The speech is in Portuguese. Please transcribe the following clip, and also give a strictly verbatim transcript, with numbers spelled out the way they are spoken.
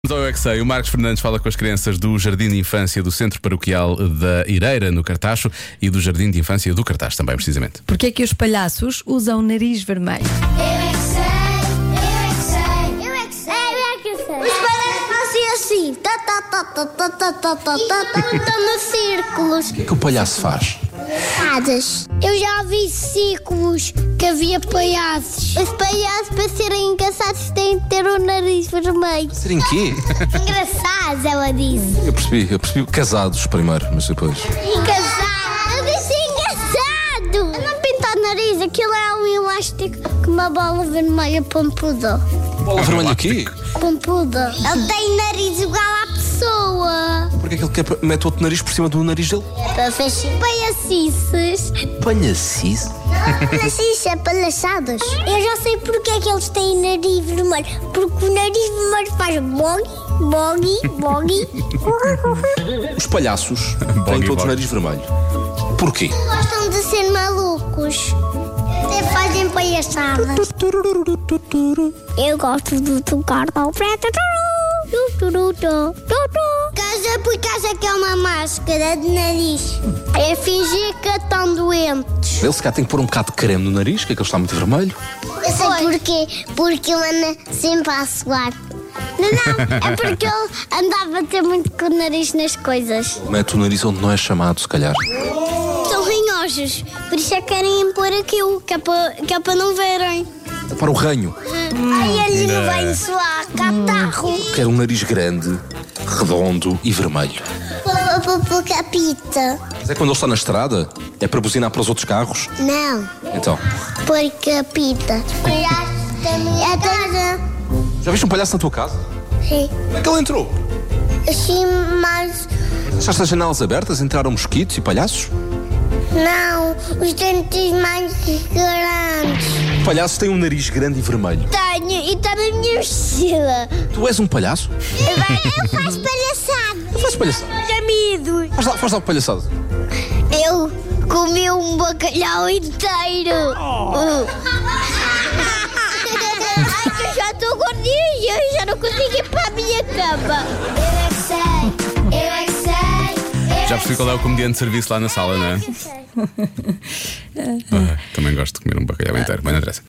Então eu é que sei, o Marcos Fernandes fala com as crianças do Jardim de Infância do Centro Paroquial da Ireira, no Cartacho, e do Jardim de Infância do Cartacho também, precisamente. Porquê é que os palhaços usam nariz vermelho? Eu é que sei, eu é que sei, eu é que sei, eu é que sei. Os palhaços fazem assim, tá, tá, tá, tá, tá, tá, tá, tá, tá, estão nos círculos. O que é que o palhaço faz? Fadas. Eu já vi ciclos que havia palhaços. Os palhaços, para serem engraçados, têm de ter o nariz vermelho. Serem quê? Engraçados, ela disse. Eu percebi, eu percebi casados primeiro, mas depois. Engraçado. Eu disse engraçado. Eu não pintar o nariz, aquilo é um elástico com uma bola vermelha pompuda. Bola vermelha aqui? Pompuda. Ele tem nariz igual à pessoa. Porque é que ele quer, mete outro nariz por cima do nariz dele? Para fazer palhacices. Palhacice? Palhacices é palhaçadas. Eu já sei porque é que eles têm nariz vermelho. Porque o nariz vermelho faz bogi, bogi, bogi. Os palhaços Bogi, têm todos bogi. nariz vermelho. Porquê? Gostam de ser malucos. Até fazem palhaçadas. Eu gosto de tocar trompete. Casa por casa que é uma máscara de nariz. É fingir que estão doentes. Ele se calhar tem que pôr um bocado de creme no nariz, que é que ele está muito vermelho. Eu sei porquê. Porque ele anda sempre a suar. Não, não, é porque ele andava a ter muito com o nariz nas coisas. Mete o nariz onde não é chamado, se calhar. São ranhosos, por isso é que querem pôr aquilo, que é para, que é para não verem. É para o ranho. Ai, eles não vêm suar, catarro. Quer um nariz grande, redondo e vermelho. Por capita. Mas é quando ele está na estrada? É para buzinar para os outros carros? Não, Então, por capita. Palhaço da minha casa. já viste um palhaço na tua casa? Sim. Como é que ele entrou? Assim, mas Deixaste as janelas abertas, entraram mosquitos e palhaços? não, os dentes mais grandes. Palhaços têm um nariz grande e vermelho. Tenho, e está na minha mochila. Tu és um palhaço? Eu faço palhaçada. Faz palhaçada. Meus amigos. Faz lá, faz lá palhaçada. Eu comi um bacalhau inteiro. Uh. Ai, que eu já estou gordinha, eu já não consigo ir para a minha cama. Eu é que sei, eu é que sei. Já percebi qual é o comediante de serviço lá na sala, não é? Ah, também gosto de comer um bacalhau inteiro, mas não interessa.